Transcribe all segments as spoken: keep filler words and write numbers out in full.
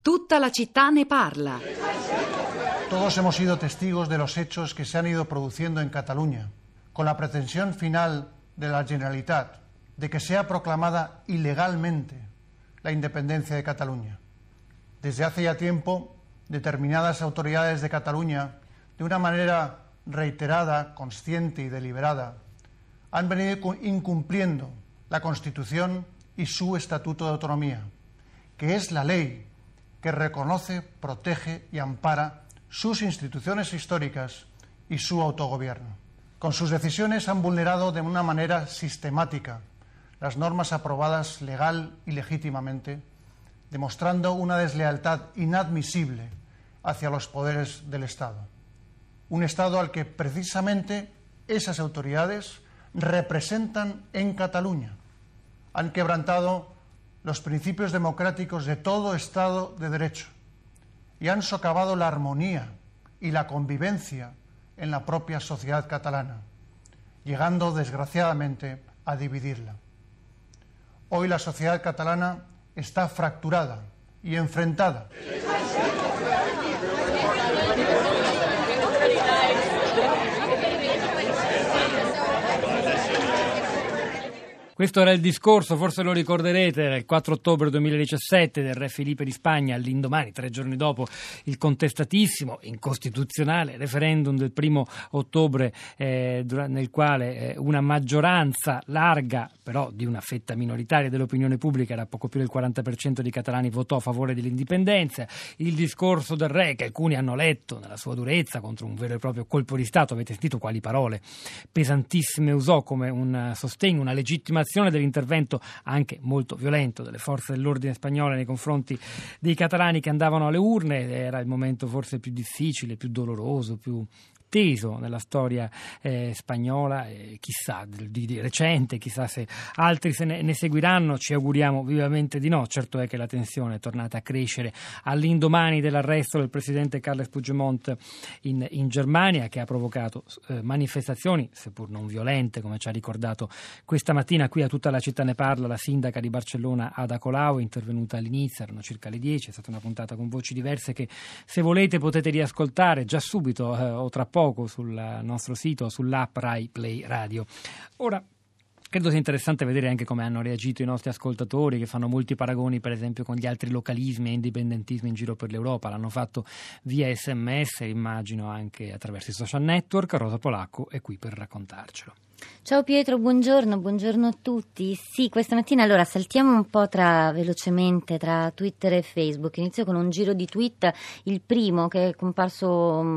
Tutta la città ne parla. Todos hemos sido testigos de los hechos que se han ido produciendo en Cataluña, con la pretensión final de la Generalitat de que sea proclamada ilegalmente la independencia de Cataluña. Desde hace ya tiempo, determinadas autoridades de Cataluña, de una manera reiterada, consciente y deliberada, han venido incumpliendo la Constitución y su Estatuto de Autonomía, que es la ley que reconoce, protege y ampara sus instituciones históricas y su autogobierno. Con sus decisiones han vulnerado de una manera sistemática las normas aprobadas legal y legítimamente, demostrando una deslealtad inadmisible hacia los poderes del Estado. Un Estado al que precisamente esas autoridades representan en Cataluña. Han quebrantado los principios democráticos de todo Estado de Derecho y han socavado la armonía y la convivencia en la propia sociedad catalana, llegando desgraciadamente a dividirla. Hoy la sociedad catalana está fracturada y enfrentada. Questo era il discorso, forse lo ricorderete, era il quattro ottobre duemiladiciassette del re Felipe di Spagna, all'indomani, tre giorni dopo, il contestatissimo, incostituzionale referendum del primo ottobre eh, nel quale eh, una maggioranza larga, però di una fetta minoritaria dell'opinione pubblica, era poco più del quaranta per cento di catalani, votò a favore dell'indipendenza. Il discorso del re, che alcuni hanno letto nella sua durezza contro un vero e proprio colpo di Stato, avete sentito quali parole pesantissime usò come un sostegno, una legittimazione dell'intervento anche molto violento delle forze dell'ordine spagnole nei confronti dei catalani che andavano alle urne. Era il momento forse più difficile, più doloroso, più teso nella storia eh, spagnola, eh, chissà di, di recente, chissà se altri se ne, ne seguiranno, ci auguriamo vivamente di no. Certo è che la tensione è tornata a crescere all'indomani dell'arresto del presidente Carles Puigdemont in, in Germania, che ha provocato eh, manifestazioni, seppur non violente, come ci ha ricordato questa mattina qui a Tutta la città ne parla la sindaca di Barcellona Ada Colau, intervenuta all'inizio, erano circa le dieci, è stata una puntata con voci diverse che se volete potete riascoltare già subito eh, o tra poco sul nostro sito, sull'app Rai Play Radio. Ora, credo sia interessante vedere anche come hanno reagito i nostri ascoltatori, che fanno molti paragoni per esempio con gli altri localismi e indipendentismi in giro per l'Europa. L'hanno fatto via sms, immagino anche attraverso i social network. Rosa Polacco è qui per raccontarcelo. Ciao Pietro, buongiorno, buongiorno a tutti. Sì, questa mattina allora saltiamo un po' tra velocemente tra Twitter e Facebook. Inizio con un giro di tweet. Il primo, che è comparso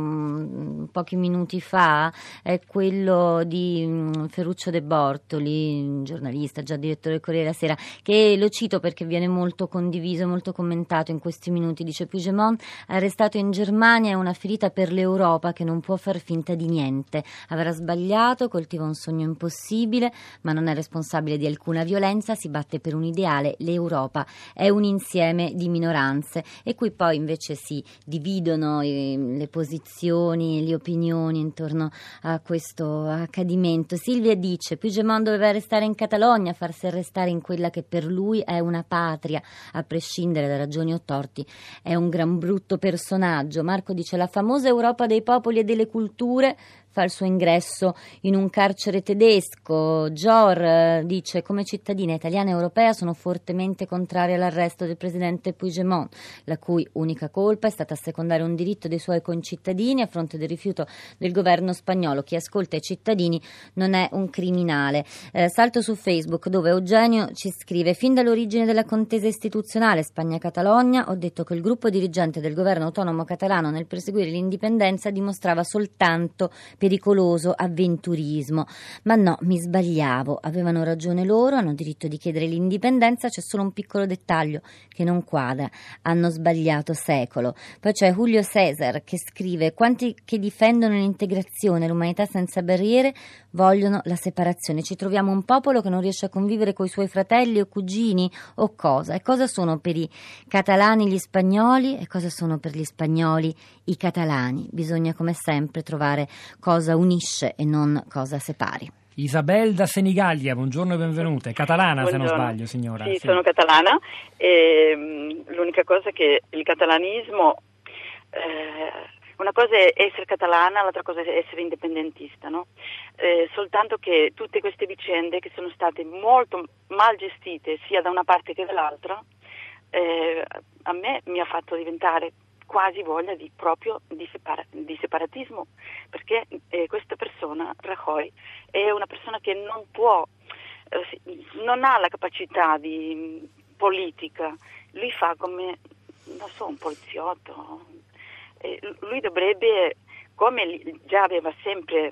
um, pochi minuti fa, è quello di um, Ferruccio De Bortoli, un giornalista, già direttore del Corriere della Sera, che lo cito perché viene molto condiviso, molto commentato in questi minuti. Dice: Puigdemont arrestato in Germania è una ferita per l'Europa che non può far finta di niente. Avrà sbagliato, coltiva un sogno impossibile, ma non è responsabile di alcuna violenza, si batte per un ideale, l'Europa è un insieme di minoranze. E qui poi invece si dividono eh, le posizioni, le opinioni intorno a questo accadimento. Silvia dice: Puigdemont doveva restare in Catalogna, farsi arrestare in quella che per lui è una patria, a prescindere da ragioni o torti, è un gran brutto personaggio. Marco dice: la famosa Europa dei popoli e delle culture fa il suo ingresso in un carcere tedesco. Gior eh, dice: come cittadina italiana e europea sono fortemente contraria all'arresto del presidente Puigdemont, la cui unica colpa è stata assecondare un diritto dei suoi concittadini a fronte del rifiuto del governo spagnolo. Chi ascolta i cittadini non è un criminale. Eh, salto su Facebook, dove Eugenio ci scrive: fin dall'origine della contesa istituzionale Spagna-Catalogna ho detto che il gruppo dirigente del governo autonomo catalano nel perseguire l'indipendenza dimostrava soltanto pericoloso avventurismo. Ma no, mi sbagliavo, avevano ragione loro, hanno diritto di chiedere l'indipendenza, c'è solo un piccolo dettaglio che non quadra, hanno sbagliato secolo. Poi c'è Julio Cesar che scrive: quanti che difendono l'integrazione, l'umanità senza barriere, vogliono la separazione. Ci troviamo un popolo che non riesce a convivere coi suoi fratelli o cugini o cosa? E cosa sono per i catalani gli spagnoli e cosa sono per gli spagnoli i catalani? Bisogna come sempre trovare cosa unisce e non cosa separi. Isabel da Senigallia, buongiorno e benvenute. Catalana, buongiorno. Se non sbaglio, signora. Sì, sì. Sono catalana. E, l'unica cosa è che il catalanismo, eh, una cosa è essere catalana, l'altra cosa è essere indipendentista, no? Eh, soltanto che tutte queste vicende che sono state molto mal gestite sia da una parte che dall'altra, eh, a me mi ha fatto diventare quasi voglia di proprio di, separa, di separatismo, perché eh, questa persona, Rajoy, è una persona che non può, eh, non ha la capacità di politica, lui fa come, non so, un poliziotto, eh, lui dovrebbe, come già aveva sempre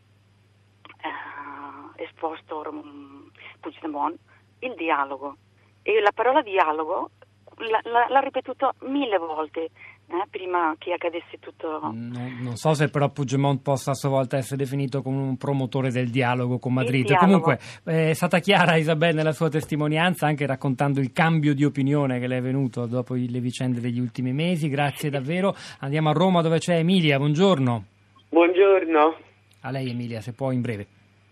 eh, esposto um, Puigdemont, il dialogo, e la parola dialogo l'ha, l'ha ripetuto mille volte. Eh, prima che accadesse tutto. No, non so se però Puigdemont possa a sua volta essere definito come un promotore del dialogo con Madrid. Dialogo. Comunque eh, è stata chiara Isabel nella sua testimonianza, anche raccontando il cambio di opinione che le è venuto dopo le vicende degli ultimi mesi. Grazie davvero. Andiamo a Roma dove c'è Emilia, buongiorno. Buongiorno. A lei Emilia, se può in breve.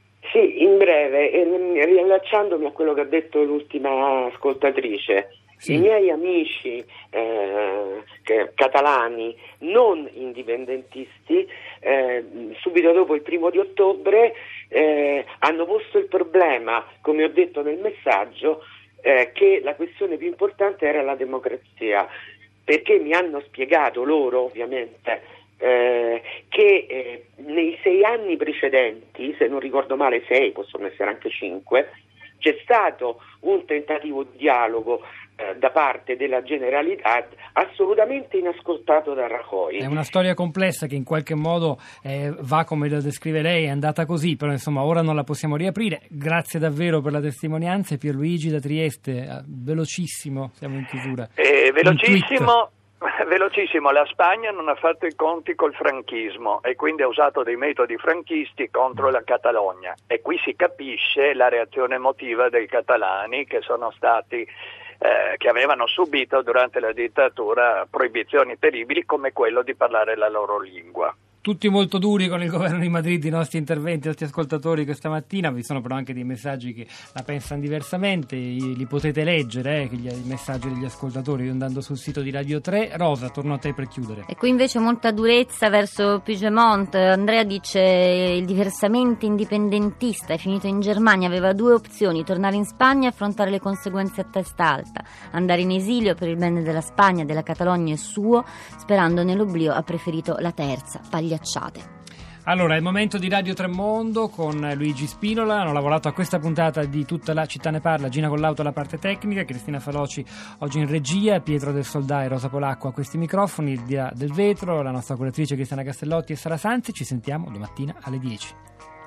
Sì, in breve, eh, riallacciandomi a quello che ha detto l'ultima ascoltatrice. Sì. I miei amici eh, che, catalani non indipendentisti eh, subito dopo il primo di ottobre eh, hanno posto il problema, come ho detto nel messaggio, eh, che la questione più importante era la democrazia, perché mi hanno spiegato loro ovviamente eh, che eh, nei sei anni precedenti, se non ricordo male sei, possono essere anche cinque, c'è stato un tentativo di dialogo eh, da parte della Generalitat assolutamente inascoltato da Rajoy. È una storia complessa che in qualche modo eh, va come lo descrive lei, è andata così, però insomma ora non la possiamo riaprire. Grazie davvero per la testimonianza. Pierluigi da Trieste, eh, velocissimo, siamo in chiusura. Eh, velocissimo. Velocissimo, la Spagna non ha fatto i conti col franchismo e quindi ha usato dei metodi franchisti contro la Catalogna, e qui si capisce la reazione emotiva dei catalani che sono stati eh, che avevano subito durante la dittatura proibizioni terribili come quello di parlare la loro lingua. Tutti molto duri con il governo di Madrid, i nostri interventi, i nostri ascoltatori questa mattina. Vi sono però anche dei messaggi che la pensano diversamente, li potete leggere, eh, i messaggi degli ascoltatori andando sul sito di Radio tre. Rosa, torno a te per chiudere. E qui invece molta durezza verso Puigdemont. Andrea dice: il diversamente indipendentista è finito in Germania, aveva due opzioni: tornare in Spagna e affrontare le conseguenze a testa alta, andare in esilio per il bene della Spagna, della Catalogna e suo, sperando nell'oblio ha preferito la terza, pagliacciate. Allora, è il momento di Radio Tremondo con Luigi Spinola. Hanno lavorato a questa puntata di Tutta la città ne parla, Gina Collauto alla parte tecnica, Cristina Faloci oggi in regia, Pietro del Soldà e Rosa Polacco a questi microfoni, il di là del vetro, la nostra curatrice Cristiana Castellotti e Sara Sanzi. Ci sentiamo domattina alle dieci.